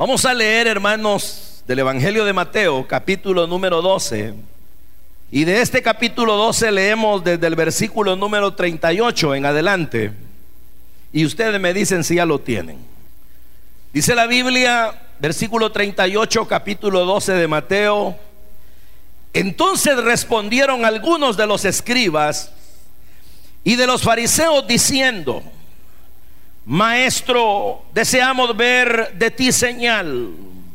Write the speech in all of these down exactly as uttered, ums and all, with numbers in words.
Vamos a leer, hermanos, del Evangelio de Mateo, capítulo número doce. Y de este capítulo doce leemos desde el versículo número treinta y ocho en adelante. Y ustedes me dicen si ya lo tienen. Dice la Biblia, versículo treinta y ocho, capítulo doce de Mateo: entonces respondieron algunos de los escribas y de los fariseos diciendo: Maestro, deseamos ver de ti señal.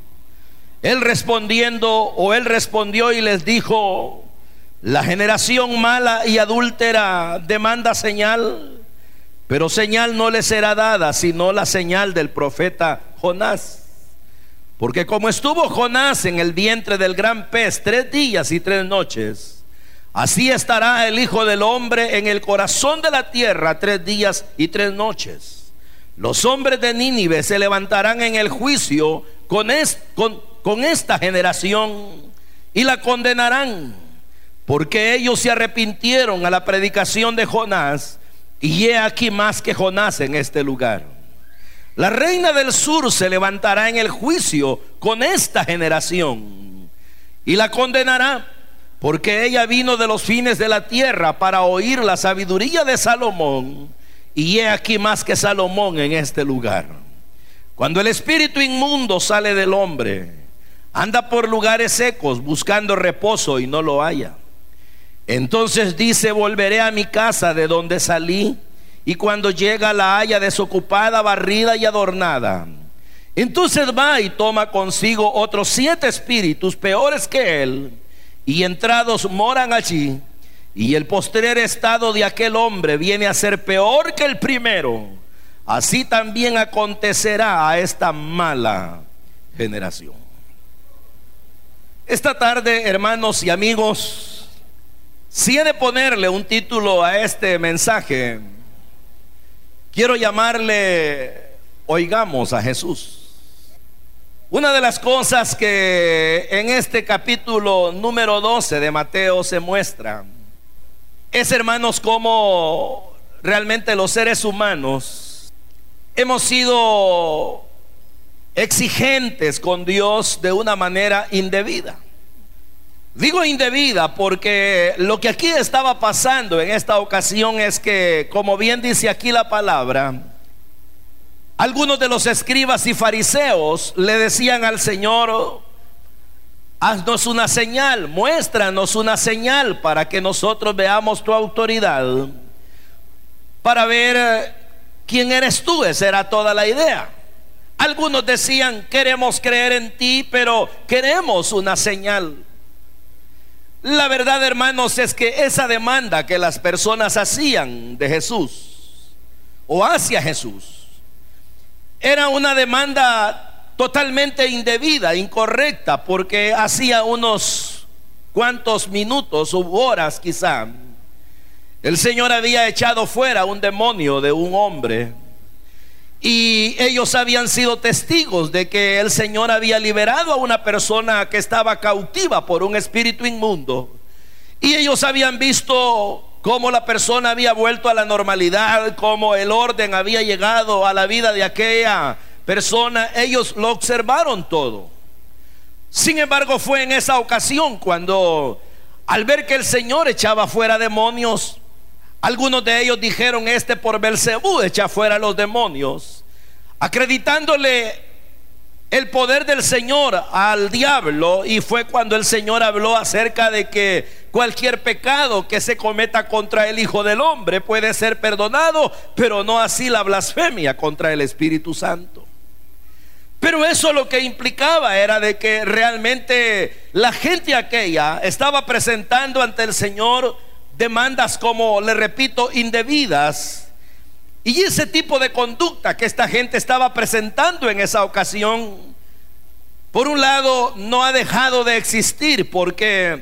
Él respondiendo, o él respondió y les dijo: la generación mala y adúltera demanda señal, pero señal no le será dada, sino la señal del profeta Jonás. Porque como estuvo Jonás en el vientre del gran pez tres días y tres noches, así estará el Hijo del Hombre en el corazón de la tierra tres días y tres noches. Los hombres de Nínive se levantarán en el juicio con, es, con, con esta generación y la condenarán, porque ellos se arrepintieron a la predicación de Jonás, y he aquí más que Jonás en este lugar. La reina del sur se levantará en el juicio con esta generación y la condenará, porque ella vino de los fines de la tierra para oír la sabiduría de Salomón, y he aquí más que Salomón en este lugar. Cuando el espíritu inmundo sale del hombre, anda por lugares secos buscando reposo y no lo halla. Entonces dice: volveré a mi casa de donde salí, y cuando llega la halla desocupada, barrida y adornada. Entonces va y toma consigo otros siete espíritus peores que él, y entrados moran allí. Y el postrer estado de aquel hombre viene a ser peor que el primero. Así también acontecerá a esta mala generación. Esta tarde, hermanos y amigos, si he de ponerle un título a este mensaje, quiero llamarle: oigamos a Jesús. Una de las cosas que en este capítulo número doce de Mateo se muestra es, hermanos, cómo realmente los seres humanos hemos sido exigentes con Dios de una manera indebida. Digo indebida porque lo que aquí estaba pasando en esta ocasión es que, como bien dice aquí la palabra, algunos de los escribas y fariseos le decían al Señor: haznos una señal, muéstranos una señal para que nosotros veamos tu autoridad, para ver quién eres tú. Esa era toda la idea. Algunos decían: queremos creer en ti, pero queremos una señal. La verdad, hermanos, es que esa demanda que las personas hacían de Jesús o hacia Jesús era una demanda totalmente indebida, incorrecta, porque hacía unos cuantos minutos u horas quizá el Señor había echado fuera un demonio de un hombre, y ellos habían sido testigos de que el Señor había liberado a una persona que estaba cautiva por un espíritu inmundo, y ellos habían visto cómo la persona había vuelto a la normalidad, cómo el orden había llegado a la vida de aquella persona. Ellos lo observaron todo. Sin embargo, fue en esa ocasión cuando, al ver que el Señor echaba fuera demonios, algunos de ellos dijeron: este por Belcebú echa fuera los demonios, acreditándole el poder del Señor al diablo. Y fue cuando el Señor habló acerca de que cualquier pecado que se cometa contra el Hijo del Hombre puede ser perdonado, pero no así la blasfemia contra el Espíritu Santo. Pero eso lo que implicaba era de que realmente la gente aquella estaba presentando ante el Señor demandas, como le repito, indebidas. Y ese tipo de conducta que esta gente estaba presentando en esa ocasión, por un lado, no ha dejado de existir, porque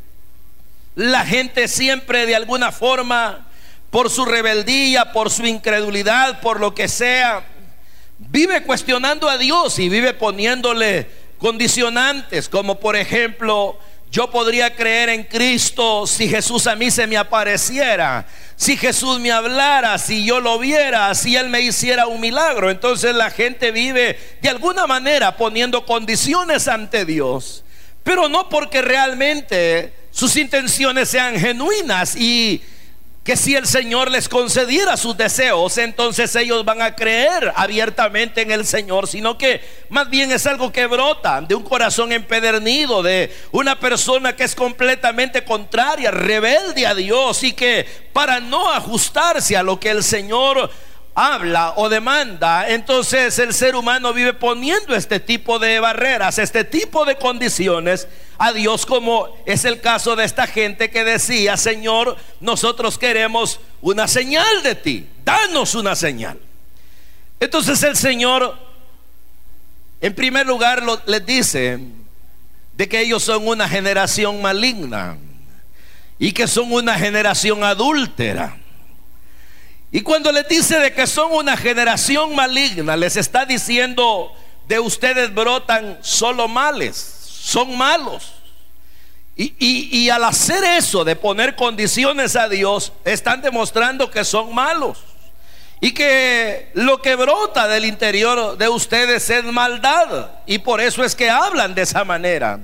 la gente siempre, de alguna forma, por su rebeldía, por su incredulidad, por lo que sea, vive cuestionando a Dios y vive poniéndole condicionantes, como por ejemplo: Yo podría creer en Cristo si Jesús a mí se me apareciera, si Jesús me hablara, si yo lo viera, si Él me hiciera un milagro. Entonces la gente vive de alguna manera poniendo condiciones ante Dios, pero no porque realmente sus intenciones sean genuinas, y que si el Señor les concediera sus deseos, entonces ellos van a creer abiertamente en el Señor, sino que más bien es algo que brota de un corazón empedernido, de una persona que es completamente contraria, rebelde a Dios, y que para no ajustarse a lo que el Señor habla o demanda, entonces el ser humano vive poniendo este tipo de barreras, este tipo de condiciones a Dios, como es el caso de esta gente que decía: Señor, nosotros queremos una señal de ti, danos una señal. Entonces el Señor, en primer lugar, lo, les dice de que ellos son una generación maligna y que son una generación adúltera. Y cuando les dice de que son una generación maligna, les está diciendo: de ustedes brotan solo males, son malos. Y, y, y al hacer eso de poner condiciones a Dios, están demostrando que son malos, y que lo que brota del interior de ustedes es maldad, y por eso es que hablan de esa manera.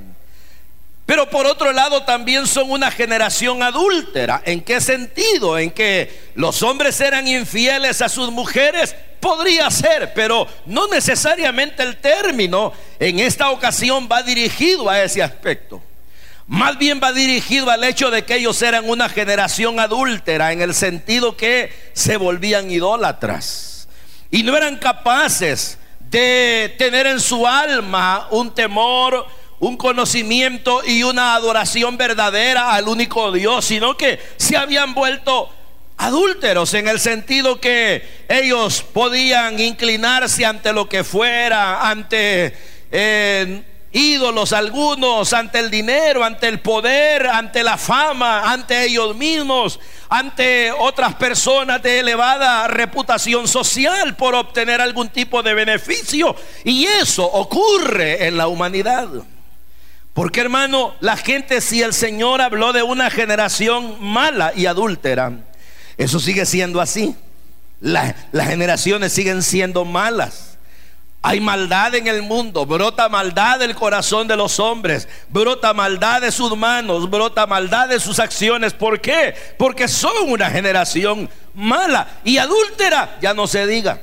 Pero por otro lado también son una generación adúltera. ¿En qué sentido? En que los hombres eran infieles a sus mujeres. Podría ser, pero no necesariamente el término en esta ocasión va dirigido a ese aspecto. Más bien va dirigido al hecho de que ellos eran una generación adúltera, en el sentido que se volvían idólatras y no eran capaces de tener en su alma un temor, un conocimiento y una adoración verdadera al único Dios, sino que se habían vuelto adúlteros, en el sentido que ellos podían inclinarse ante lo que fuera, ante eh, ídolos algunos, ante el dinero, ante el poder, ante la fama, ante ellos mismos, ante otras personas de elevada reputación social, por obtener algún tipo de beneficio. Y eso ocurre en la humanidad. Porque, hermano, la gente, si el Señor habló de una generación mala y adúltera, eso sigue siendo así. La, las generaciones siguen siendo malas. Hay maldad en el mundo, brota maldad del corazón de los hombres, brota maldad de sus manos, brota maldad de sus acciones. ¿Por qué? Porque son una generación mala y adúltera, ya no se diga.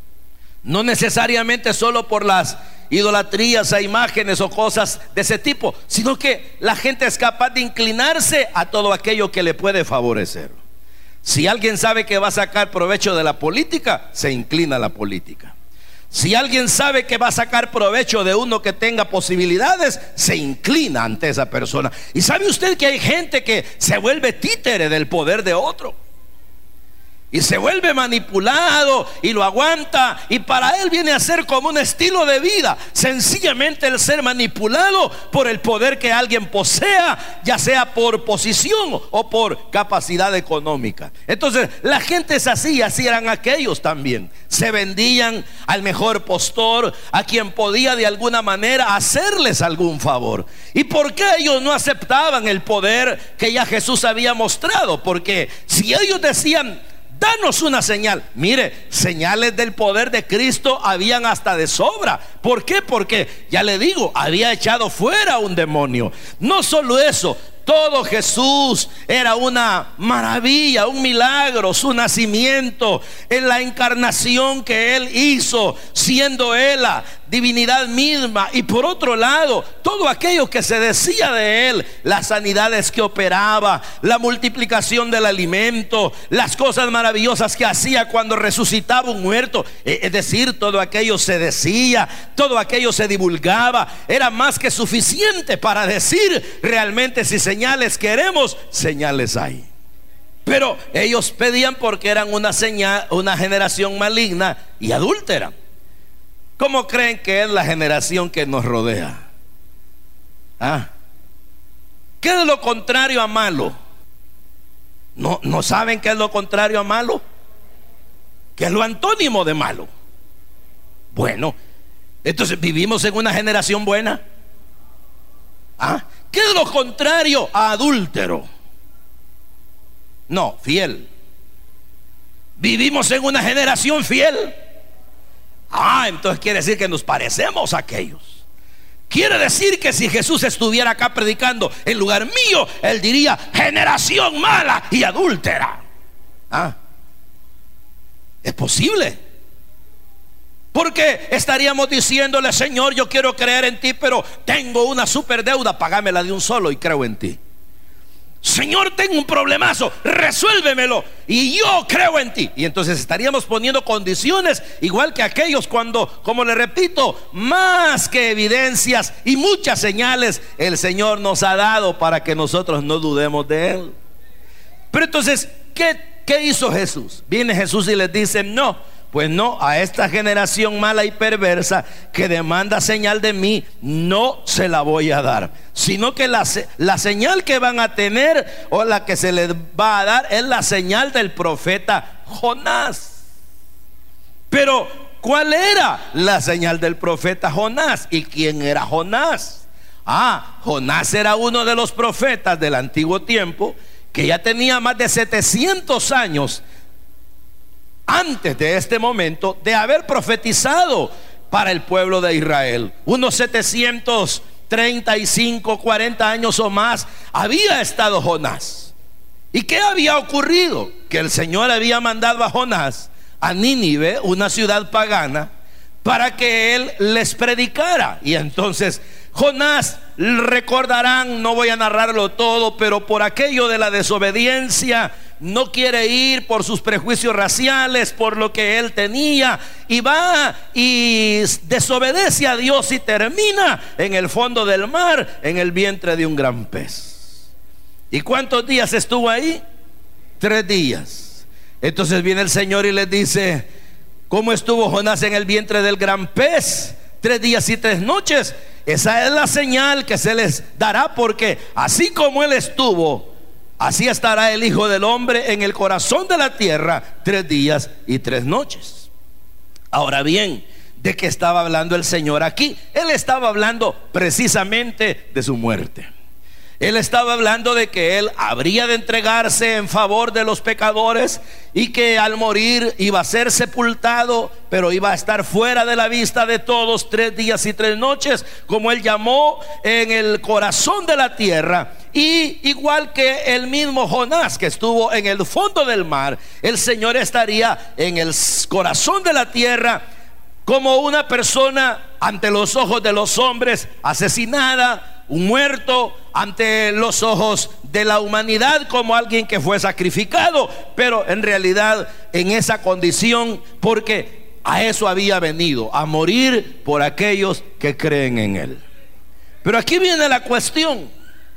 No necesariamente solo por las idolatrías a imágenes o cosas de ese tipo, sino que la gente es capaz de inclinarse a todo aquello que le puede favorecer. Si alguien sabe que va a sacar provecho de la política, se inclina a la política. Si alguien sabe que va a sacar provecho de uno que tenga posibilidades, se inclina ante esa persona. Y sabe usted que hay gente que se vuelve títere del poder de otro, y se vuelve manipulado y lo aguanta, y para él viene a ser como un estilo de vida, sencillamente el ser manipulado por el poder que alguien posea, ya sea por posición o por capacidad económica. Entonces la gente es así, así eran aquellos también. Se vendían al mejor postor, a quien podía de alguna manera hacerles algún favor. ¿Y por qué ellos no aceptaban el poder que ya Jesús había mostrado? Porque si ellos decían: danos una señal, mire, señales del poder de Cristo habían hasta de sobra. ¿Por qué? Porque, ya le digo, había echado fuera un demonio. No solo eso, todo Jesús era una maravilla, un milagro. Su nacimiento, en la encarnación que Él hizo, siendo Él la divinidad misma. Y por otro lado, todo aquello que se decía de Él, las sanidades que operaba, la multiplicación del alimento, las cosas maravillosas que hacía cuando resucitaba un muerto. Es decir, todo aquello se decía, todo aquello se divulgaba. Era más que suficiente para decir realmente: si señales queremos, señales hay. Pero ellos pedían porque eran una señal, una generación maligna y adúltera. ¿Cómo creen que es la generación que nos rodea? ¿Ah? ¿Qué es lo contrario a malo? ¿No, no saben qué es lo contrario a malo? ¿Qué es lo antónimo de malo? Bueno, entonces, ¿vivimos en una generación buena? ¿Ah? ¿Qué es lo contrario a adúltero? No, fiel. Vivimos en una generación fiel. Ah, entonces quiere decir que nos parecemos a aquellos. Quiere decir que si Jesús estuviera acá predicando en lugar mío, Él diría: generación mala y adúltera. Ah, es posible. Porque estaríamos diciéndole: Señor, yo quiero creer en ti, pero tengo una super deuda, pagámela de un solo y creo en ti. Señor, tengo un problemazo, resuélvemelo y yo creo en ti. Y entonces estaríamos poniendo condiciones igual que aquellos cuando, como le repito, más que evidencias y muchas señales el Señor nos ha dado para que nosotros no dudemos de Él. Pero entonces, ¿qué, qué hizo Jesús? Viene Jesús y les dice: no, pues no, a esta generación mala y perversa que demanda señal de mí, no se la voy a dar, sino que la, la señal que van a tener, o la que se les va a dar, es la señal del profeta Jonás. Pero ¿cuál era la señal del profeta Jonás? ¿Y quién era Jonás? Ah, Jonás era uno de los profetas del antiguo tiempo que ya tenía más de setecientos años antes de este momento de haber profetizado para el pueblo de Israel. Unos setecientos treinta y cinco, cuarenta años o más había estado Jonás. ¿Y qué había ocurrido? Que el Señor había mandado a Jonás a Nínive, una ciudad pagana, para que él les predicara. Y entonces Jonás, recordarán, no voy a narrarlo todo, pero por aquello de la desobediencia, no quiere ir, por sus prejuicios raciales, por lo que él tenía, y va y desobedece a Dios y termina en el fondo del mar, en el vientre de un gran pez. ¿Y cuántos días estuvo ahí? Tres días. Entonces viene el Señor y les dice: ¿cómo estuvo Jonás en el vientre del gran pez? Tres días y tres noches. Esa es la señal que se les dará, porque así como él estuvo, así estará el Hijo del Hombre en el corazón de la tierra tres días y tres noches. Ahora bien, ¿de qué estaba hablando el Señor aquí? Él estaba hablando precisamente de su muerte. Él estaba hablando de que Él habría de entregarse en favor de los pecadores, y que al morir iba a ser sepultado, pero iba a estar fuera de la vista de todos tres días y tres noches, como Él llamó, en el corazón de la tierra. Y igual que el mismo Jonás, que estuvo en el fondo del mar, el Señor estaría en el corazón de la tierra como una persona ante los ojos de los hombres asesinada, un muerto ante los ojos de la humanidad, como alguien que fue sacrificado, pero en realidad en esa condición, porque a eso había venido, a morir por aquellos que creen en Él. Pero aquí viene la cuestión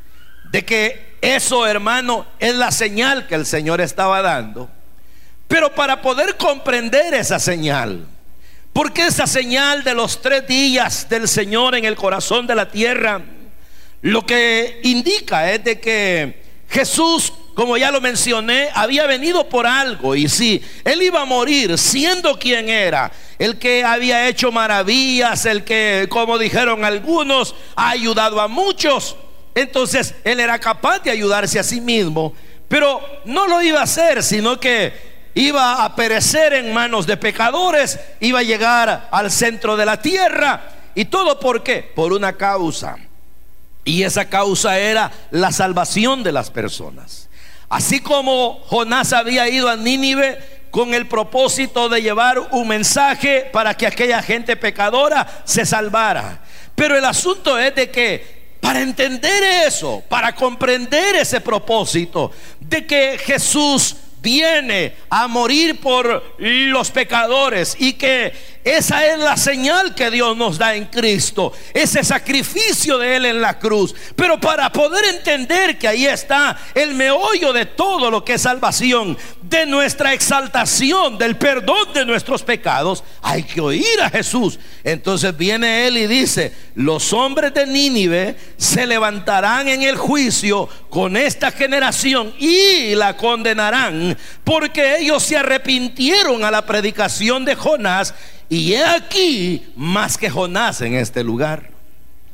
de que eso, hermano, es la señal que el Señor estaba dando. Pero para poder comprender esa señal, porque esa señal de los tres días del Señor en el corazón de la tierra, lo que indica es de que Jesús, como ya lo mencioné, había venido por algo. Y si Él iba a morir siendo quien era, el que había hecho maravillas, el que, como dijeron algunos, ha ayudado a muchos, entonces Él era capaz de ayudarse a sí mismo. Pero no lo iba a hacer, sino que iba a perecer en manos de pecadores, iba a llegar al centro de la tierra. ¿Y todo por qué? Por una causa. Y esa causa era la salvación de las personas. Así como Jonás había ido a Nínive con el propósito de llevar un mensaje para que aquella gente pecadora se salvara. Pero el asunto es de que para entender eso, para comprender ese propósito de que Jesús viene a morir por los pecadores, y que esa es la señal que Dios nos da en Cristo, ese sacrificio de Él en la cruz. Pero para poder entender que ahí está el meollo de todo lo que es salvación, de nuestra exaltación, del perdón de nuestros pecados, hay que oír a Jesús. Entonces viene Él y dice: los hombres de Nínive se levantarán en el juicio con esta generación y la condenarán, porque ellos se arrepintieron a la predicación de Jonás, y he aquí más que Jonás en este lugar.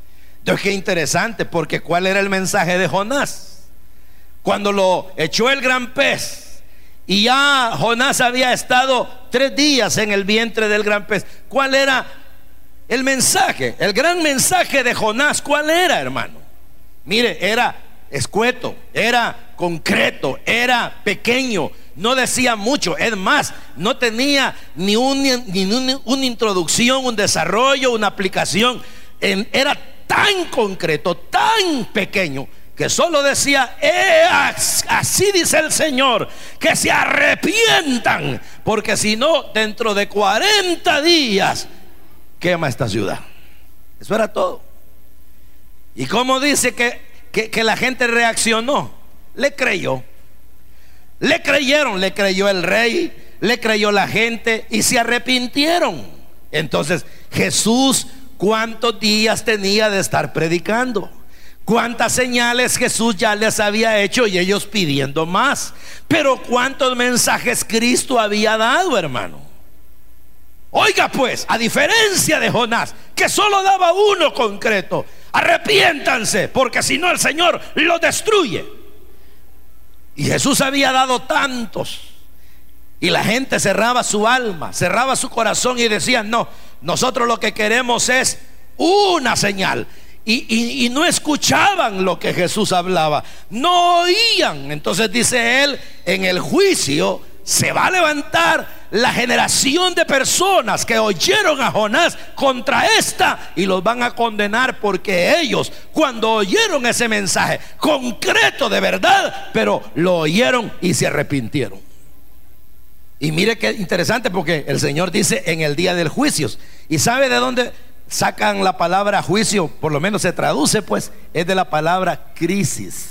Entonces qué interesante, porque ¿cuál era el mensaje de Jonás? Cuando lo echó el gran pez y ya Jonás había estado tres días en el vientre del gran pez, ¿cuál era el mensaje? El gran mensaje de Jonás, ¿cuál era, hermano? Mire, era escueto, era concreto, era pequeño, no decía mucho. Es más, no tenía ni, un, ni un, una introducción, un desarrollo, una aplicación. En, era tan concreto, tan pequeño, que solo decía: eh, así dice el Señor, que se arrepientan, porque si no, dentro de cuarenta días quema esta ciudad. Eso era todo. ¿Y cómo dice que, que, que la gente reaccionó? Le creyó. Le creyeron, le creyó el rey, le creyó la gente y se arrepintieron. Entonces Jesús, ¿cuántos días tenía de estar predicando? ¿Cuántas señales Jesús ya les había hecho y ellos pidiendo más? Pero ¿cuántos mensajes Cristo había dado, hermano? Oiga pues, a diferencia de Jonás, que solo daba uno concreto: arrepiéntanse, porque si no el Señor lo destruye. Y Jesús había dado tantos, y la gente cerraba su alma, cerraba su corazón y decía: no, nosotros lo que queremos es una señal. Y, y, y no escuchaban lo que Jesús hablaba, no oían. Entonces dice él: en el juicio se va a levantar la generación de personas que oyeron a Jonás contra esta, y los van a condenar, porque ellos, cuando oyeron ese mensaje concreto de verdad, pero lo oyeron y se arrepintieron. Y mire qué interesante, porque el Señor dice: en el día del juicio. ¿Y sabe de dónde sacan la palabra juicio? Por lo menos se traduce, pues, es de la palabra crisis.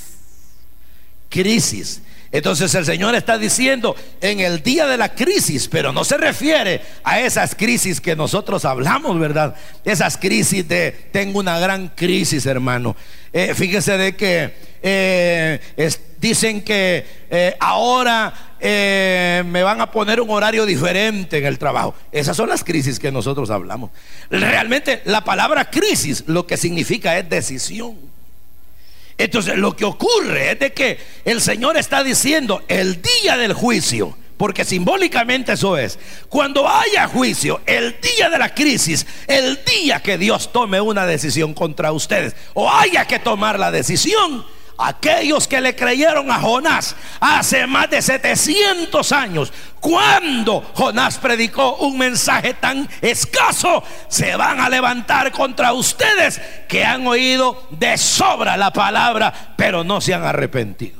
Crisis. Entonces el Señor está diciendo: en el día de la crisis, pero no se refiere a esas crisis que nosotros hablamos, ¿verdad? Esas crisis de tengo una gran crisis, hermano. Eh, fíjese de que eh, es, dicen que eh, ahora eh, me van a poner un horario diferente en el trabajo. Esas son las crisis que nosotros hablamos. Realmente la palabra crisis lo que significa es decisión. Entonces lo que ocurre es de que el Señor está diciendo: el día del juicio, porque simbólicamente eso es, cuando haya juicio, el día de la crisis, el día que Dios tome una decisión contra ustedes, o haya que tomar la decisión, aquellos que le creyeron a Jonás hace más de setecientos años, cuando Jonás predicó un mensaje tan escaso, se van a levantar contra ustedes que han oído de sobra la palabra, pero no se han arrepentido.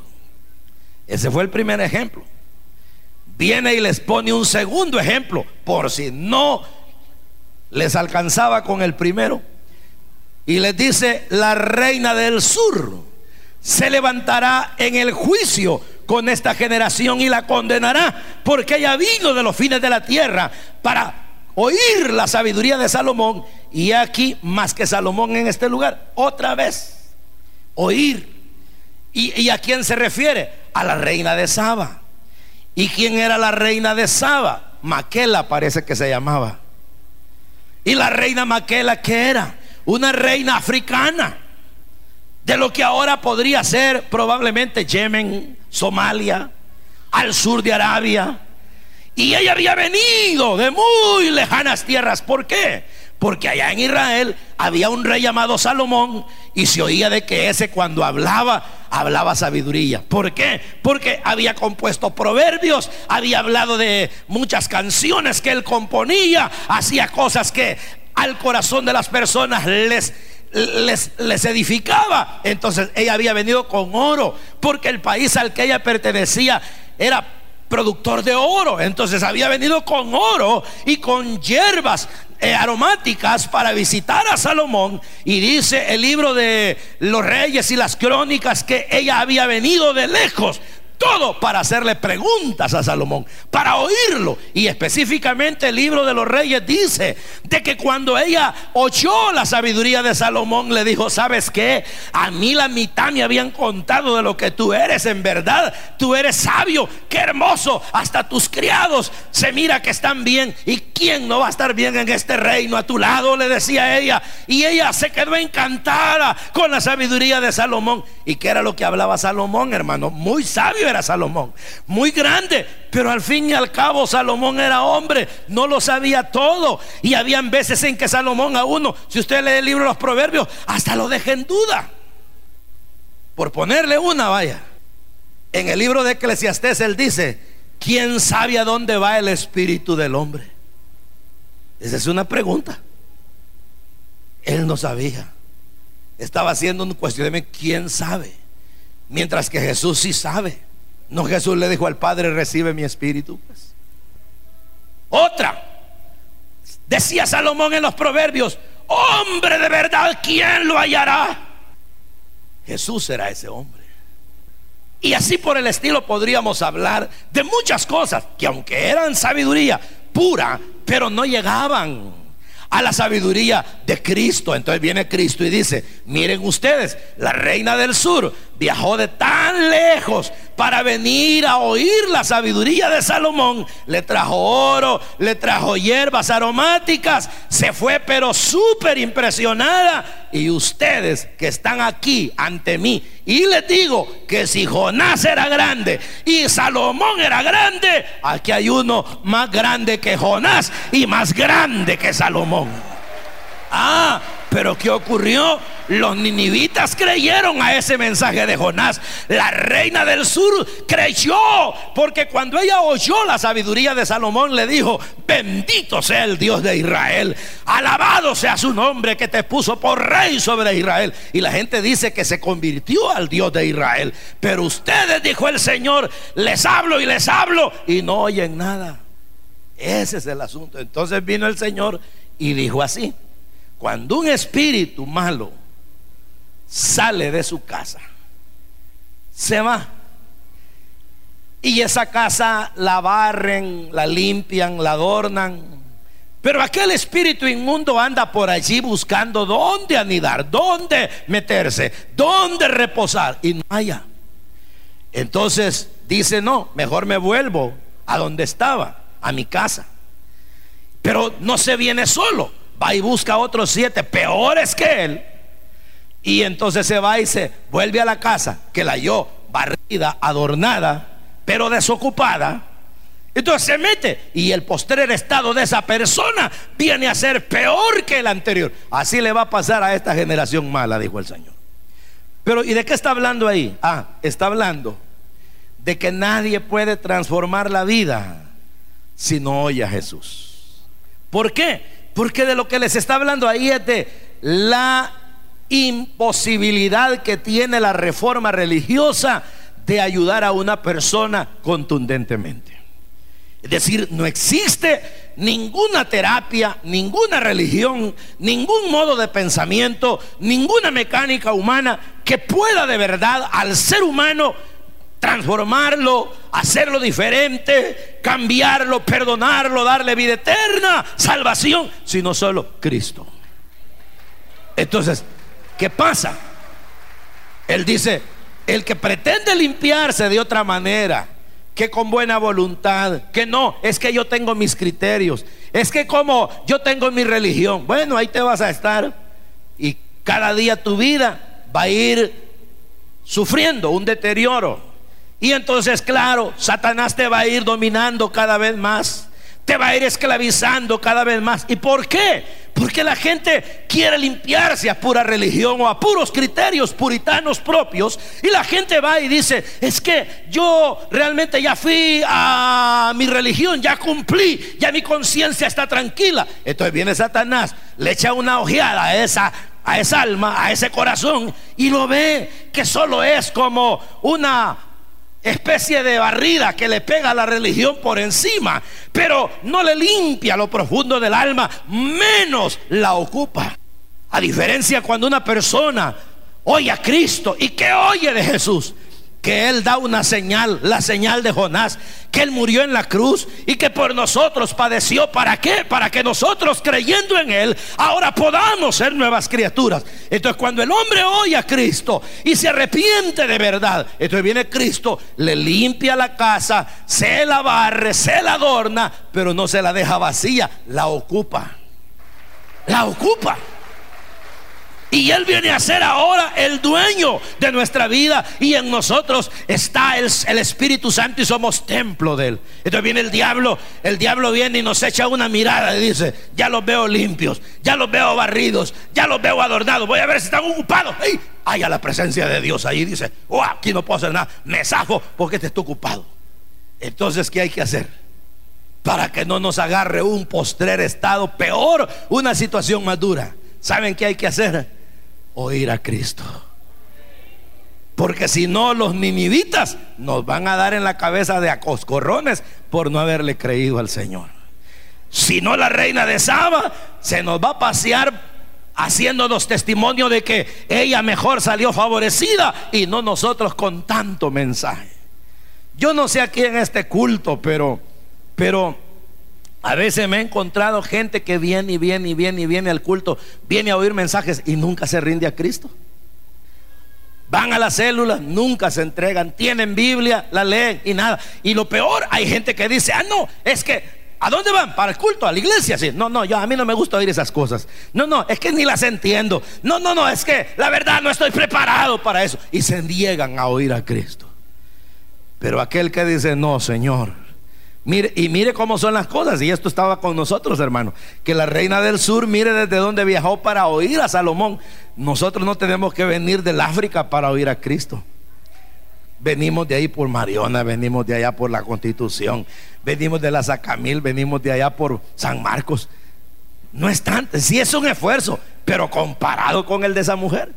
Ese fue el primer ejemplo. Viene y les pone un segundo ejemplo, por si no les alcanzaba con el primero, y les dice: la reina del sur se levantará en el juicio con esta generación y la condenará, porque ella vino de los fines de la tierra para oír la sabiduría de Salomón. Y aquí más que Salomón en este lugar, otra vez oír. ¿Y, y a quién se refiere? A la reina de Saba. ¿Y quién era la reina de Saba? Maquela parece que se llamaba. ¿Y la reina Maquela qué era? Una reina africana, de lo que ahora podría ser probablemente Yemen, Somalia, al sur de Arabia. Y ella había venido de muy lejanas tierras. ¿Por qué? Porque allá en Israel había un rey llamado Salomón, y se oía de que ese, cuando hablaba, hablaba sabiduría. ¿Por qué? Porque había compuesto proverbios, había hablado de muchas canciones que él componía, hacía cosas que al corazón de las personas les Les, les edificaba. Entonces ella había venido con oro, porque el país al que ella pertenecía era productor de oro. Entonces había venido con oro y con hierbas eh, aromáticas para visitar a Salomón. Y dice el libro de los Reyes y las Crónicas que ella había venido de lejos, todo para hacerle preguntas a Salomón, para oírlo. Y específicamente el libro de los Reyes dice de que cuando ella oyó la sabiduría de Salomón, le dijo: ¿sabes qué? A mí la mitad me habían contado de lo que tú eres. En verdad, tú eres sabio, qué hermoso. Hasta tus criados se mira que están bien. ¿Y quién no va a estar bien en este reino a tu lado?, le decía ella. Y ella se quedó encantada con la sabiduría de Salomón. ¿Y qué era lo que hablaba Salomón, hermano? Muy sabio era Salomón, muy grande, pero al fin y al cabo Salomón era hombre, no lo sabía todo. Y habían veces en que Salomón a uno, si usted lee el libro de los Proverbios, hasta lo deja en duda. Por ponerle una, vaya, en el libro de Eclesiastés él dice: ¿quién sabe a dónde va el espíritu del hombre? Esa es una pregunta. Él no sabía, estaba haciendo un cuestionamiento. ¿Quién sabe? Mientras que Jesús sí sabe. No, Jesús le dijo al Padre: recibe mi espíritu, pues. Otra, decía Salomón en los Proverbios: hombre de verdad, ¿quién lo hallará? Jesús será ese hombre. Y así por el estilo podríamos hablar de muchas cosas que, aunque eran sabiduría pura, pero no llegaban a la sabiduría de Cristo. Entonces viene Cristo y dice: miren ustedes, la reina del sur viajó de tan lejos para venir a oír la sabiduría de Salomón. Le trajo oro, le trajo hierbas aromáticas, se fue pero súper impresionada. Y ustedes que están aquí ante mí, y les digo que si Jonás era grande y Salomón era grande, aquí hay uno más grande que Jonás y más grande que Salomón. Ah, pero ¿qué ocurrió? Los ninivitas creyeron a ese mensaje de Jonás. La reina del sur creyó, porque cuando ella oyó la sabiduría de Salomón, le dijo: bendito sea el Dios de Israel, alabado sea su nombre, que te puso por rey sobre Israel. Y la gente dice que se convirtió al Dios de Israel. Pero ustedes, dijo el Señor, les hablo y les hablo y no oyen nada. Ese es el asunto. Entonces vino el Señor y dijo así: cuando un espíritu malo sale de su casa, se va, y esa casa la barren, la limpian, la adornan, pero aquel espíritu inmundo anda por allí buscando dónde anidar, dónde meterse, dónde reposar, y no haya. Entonces dice: no, mejor me vuelvo a donde estaba, a mi casa. Pero no se viene solo, va y busca a otros siete peores que él. Y entonces se va y se vuelve a la casa, que la halló barrida, adornada, pero desocupada. Entonces se mete, y el postrer estado de esa persona viene a ser peor que el anterior. Así le va a pasar a esta generación mala, dijo el Señor. Pero ¿y de qué está hablando ahí? Ah, está hablando de que nadie puede transformar la vida si no oye a Jesús. ¿Por qué? Porque de lo que les está hablando ahí es de la imposibilidad que tiene la reforma religiosa de ayudar a una persona contundentemente. Es decir, no existe ninguna terapia, ninguna religión, ningún modo de pensamiento, ninguna mecánica humana que pueda de verdad al ser humano transformarlo, hacerlo diferente, cambiarlo, perdonarlo, darle vida eterna, salvación, sino solo Cristo. Entonces, ¿qué pasa? Él dice: el que pretende limpiarse de otra manera, que con buena voluntad, que no, es que yo tengo mis criterios, es que como yo tengo mi religión, bueno, ahí te vas a estar, y cada día tu vida va a ir sufriendo un deterioro. Y entonces, claro, Satanás te va a ir dominando cada vez más, te va a ir esclavizando cada vez más. ¿Y por qué? Porque la gente quiere limpiarse a pura religión o a puros criterios puritanos propios. Y la gente va y dice: es que yo realmente ya fui a mi religión, ya cumplí, ya mi conciencia está tranquila. Entonces viene Satanás, le echa una ojeada a esa a esa alma, a ese corazón, y lo ve que solo es como una especie de barrida que le pega a la religión por encima, pero no le limpia lo profundo del alma, menos la ocupa. A diferencia cuando una persona oye a Cristo, y que oye de Jesús, que Él da una señal, la señal de Jonás, que Él murió en la cruz y que por nosotros padeció. ¿Para qué? Para que nosotros, creyendo en Él, ahora podamos ser nuevas criaturas. Entonces, cuando el hombre oye a Cristo y se arrepiente de verdad, entonces viene Cristo, le limpia la casa, se la barre, se la adorna, pero no se la deja vacía, la ocupa. La ocupa. Y Él viene a ser ahora el dueño de nuestra vida, y en nosotros está el, el Espíritu Santo, y somos templo de Él. Entonces viene el diablo, el diablo viene y nos echa una mirada y dice: ya los veo limpios, ya los veo barridos, ya los veo adornados, voy a ver si están ocupados. ¡Ey! Hay a la presencia de Dios ahí, dice: oh, aquí no puedo hacer nada, me zafo porque este está ocupado. Entonces, ¿qué hay que hacer? Para que no nos agarre un postrer estado peor, una situación más dura. ¿Saben qué hay que hacer? Oír a Cristo. Porque si no, los ninivitas nos van a dar en la cabeza de a coscorrones por no haberle creído al Señor. Si no, la reina de Saba se nos va a pasear haciéndonos testimonio de que ella mejor salió favorecida y no nosotros con tanto mensaje. Yo no sé aquí en este culto, pero Pero a veces me he encontrado gente que viene y viene y viene y viene al culto, viene a oír mensajes y nunca se rinde a Cristo. Van a las células, nunca se entregan, tienen Biblia, la leen y nada. Y lo peor, hay gente que dice: ah, no, es que ¿a dónde van? ¿Para el culto? ¿A la iglesia? Sí. No, no, yo, a mí no me gusta oír esas cosas. No, no, es que ni las entiendo. No, no, no, es que la verdad no estoy preparado para eso. Y se niegan a oír a Cristo. Pero aquel que dice: no, Señor, mire, y mire cómo son las cosas. Y esto estaba con nosotros, hermano, que la reina del sur, mire desde dónde viajó para oír a Salomón. Nosotros no tenemos que venir del África para oír a Cristo. Venimos de ahí por Mariona, venimos de allá por la Constitución, venimos de la Sacamil, venimos de allá por San Marcos. No es tanto, sí es un esfuerzo, pero comparado con el de esa mujer.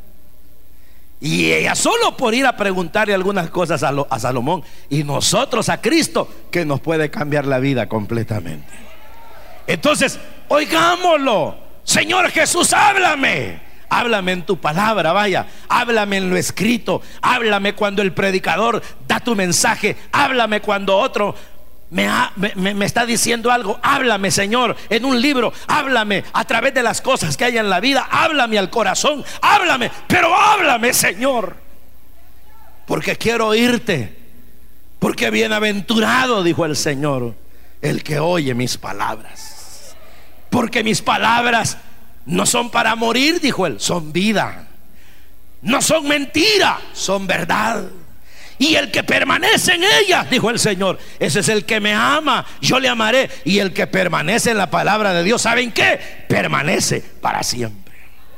Y ella solo por ir a preguntarle algunas cosas a, lo, a Salomón, y nosotros a Cristo, que nos puede cambiar la vida completamente. Entonces, oigámoslo. Señor Jesús, háblame. Háblame en tu palabra, vaya. Háblame en lo escrito. Háblame cuando el predicador da tu mensaje. Háblame cuando otro Me, ha, me, me está diciendo algo. Háblame, Señor, en un libro. Háblame a través de las cosas que hay en la vida. Háblame al corazón. Háblame, pero háblame, Señor, porque quiero oírte. Porque bienaventurado, dijo el Señor, el que oye mis palabras. Porque mis palabras no son para morir, dijo Él, son vida. No son mentira, son verdad. Y el que permanece en ella, dijo el Señor, ese es el que me ama, yo le amaré. Y el que permanece en la palabra de Dios, ¿saben qué? Permanece para siempre.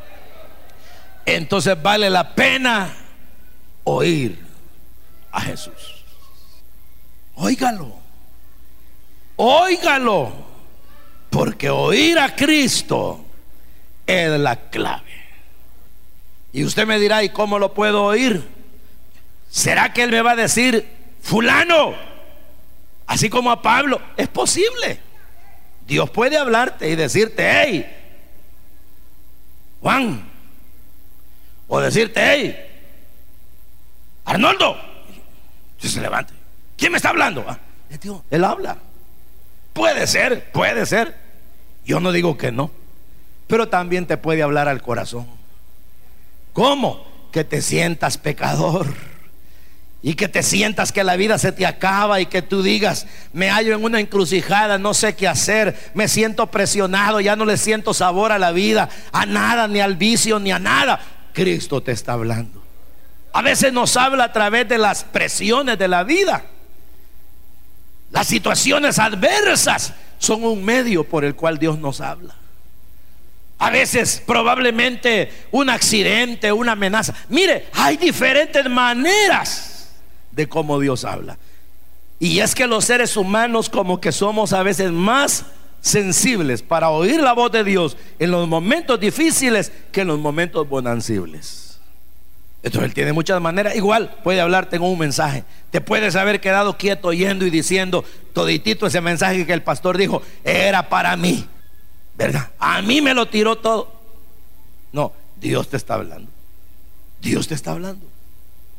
Entonces vale la pena oír a Jesús. Óigalo, óigalo, porque oír a Cristo es la clave. Y usted me dirá: ¿y cómo lo puedo oír? ¿Será que Él me va a decir fulano? Así como a Pablo. Es posible. Dios puede hablarte y decirte: hey, Juan. O decirte: hey, Arnoldo. Que se levante. ¿Quién me está hablando? Ah, Dios, Él habla. Puede ser, puede ser. Yo no digo que no, pero también te puede hablar al corazón. ¿Cómo? Que te sientas pecador y que te sientas que la vida se te acaba y que tú digas: me hallo en una encrucijada, no sé qué hacer, me siento presionado, ya no le siento sabor a la vida, a nada, ni al vicio, ni a nada. Cristo te está hablando. A veces nos habla a través de las presiones de la vida. Las situaciones adversas son un medio por el cual Dios nos habla. A veces probablemente un accidente, una amenaza. Mire, hay diferentes maneras de cómo Dios habla. Y es que los seres humanos como que somos a veces más sensibles para oír la voz de Dios en los momentos difíciles que en los momentos bonancibles. Entonces Él tiene muchas maneras. Igual puede hablarte en un mensaje. Te puedes haber quedado quieto oyendo y diciendo toditito ese mensaje que el pastor dijo: era para mí, ¿verdad? A mí me lo tiró todo. No, Dios te está hablando. Dios te está hablando.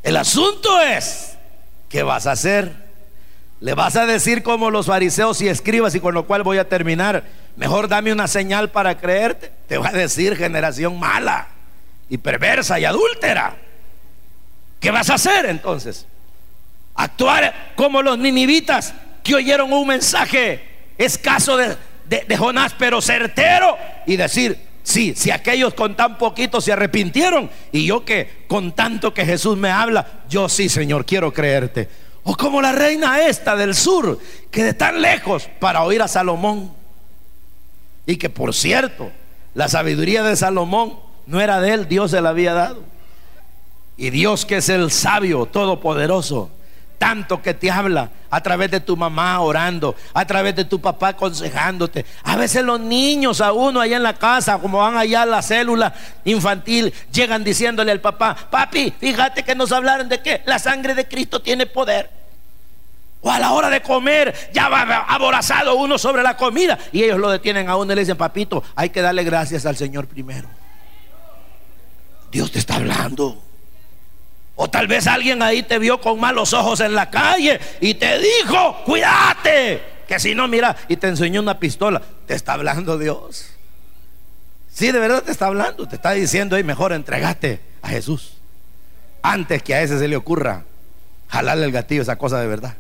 El asunto es, ¿qué vas a hacer? ¿Le vas a decir como los fariseos y escribas, y con lo cual voy a terminar, mejor dame una señal para creerte? Te va a decir, generación mala y perversa y adúltera. ¿Qué vas a hacer entonces? Actuar como los ninivitas que oyeron un mensaje escaso de, de, de Jonás, pero certero, y decir, sí, si aquellos con tan poquito se arrepintieron, y yo que con tanto que Jesús me habla, yo sí, Señor, quiero creerte. O como la reina esta del sur, que de tan lejos para oír a Salomón, y que por cierto, la sabiduría de Salomón no era de él, Dios se la había dado. Y Dios, que es el sabio todopoderoso, tanto que te habla a través de tu mamá orando, a través de tu papá aconsejándote. A veces los niños a uno allá en la casa, como van allá a la célula infantil, llegan diciéndole al papá: papi, fíjate que nos hablaron de que la sangre de Cristo tiene poder. O a la hora de comer, ya va aborazado uno sobre la comida, y ellos lo detienen a uno y le dicen: papito, hay que darle gracias al Señor primero. Dios te está hablando. O tal vez alguien ahí te vio con malos ojos en la calle y te dijo: cuídate, que si no, mira, y te enseñó una pistola. Te está hablando Dios. Sí, de verdad te está hablando. Te está diciendo: hey, mejor entregate a Jesús antes que a ese se le ocurra jalarle el gatillo, esa cosa de verdad.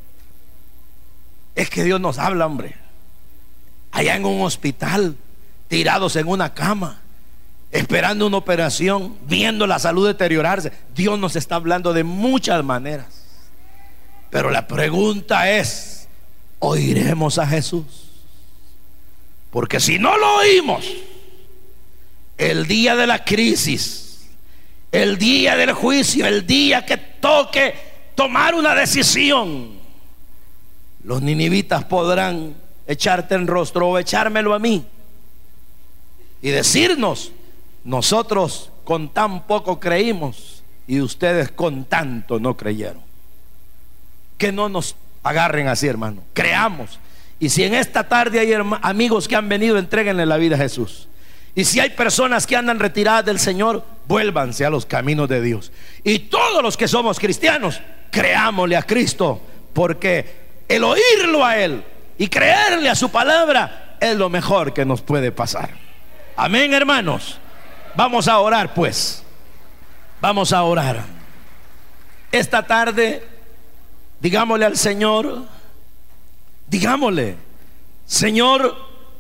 Es que Dios nos habla, hombre. Allá en un hospital, tirados en una cama, esperando una operación, viendo la salud deteriorarse, Dios nos está hablando de muchas maneras. Pero la pregunta es: ¿oiremos a Jesús? Porque si no lo oímos, el día de la crisis, el día del juicio, el día que toque tomar una decisión, los ninivitas podrán echarte en rostro o echármelo a mí y decirnos: nosotros con tan poco creímos y ustedes con tanto no creyeron. Que no nos agarren así, hermano. Creamos. Y si en esta tarde hay amigos que han venido, entréguenle la vida a Jesús. Y si hay personas que andan retiradas del Señor, vuélvanse a los caminos de Dios. Y todos los que somos cristianos, creámosle a Cristo, porque el oírlo a Él y creerle a su palabra es lo mejor que nos puede pasar. Amén, hermanos. Vamos a orar, pues. Vamos a orar. Esta tarde, digámosle al Señor, digámosle: Señor,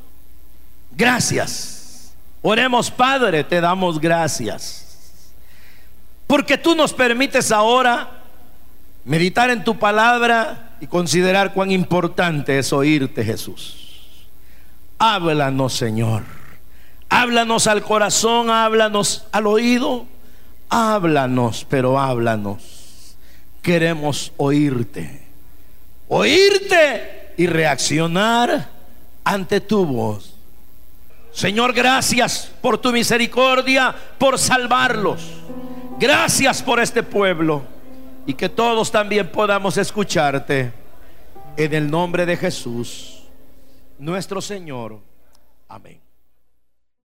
gracias. Oremos: Padre, te damos gracias, porque tú nos permites ahora meditar en tu palabra y considerar cuán importante es oírte, Jesús. Háblanos, Señor. Háblanos al corazón, háblanos al oído. Háblanos, pero háblanos. Queremos oírte. Oírte y reaccionar ante tu voz. Señor, gracias por tu misericordia, por salvarlos. Gracias por este pueblo. Y que todos también podamos escucharte. En el nombre de Jesús, nuestro Señor. Amén.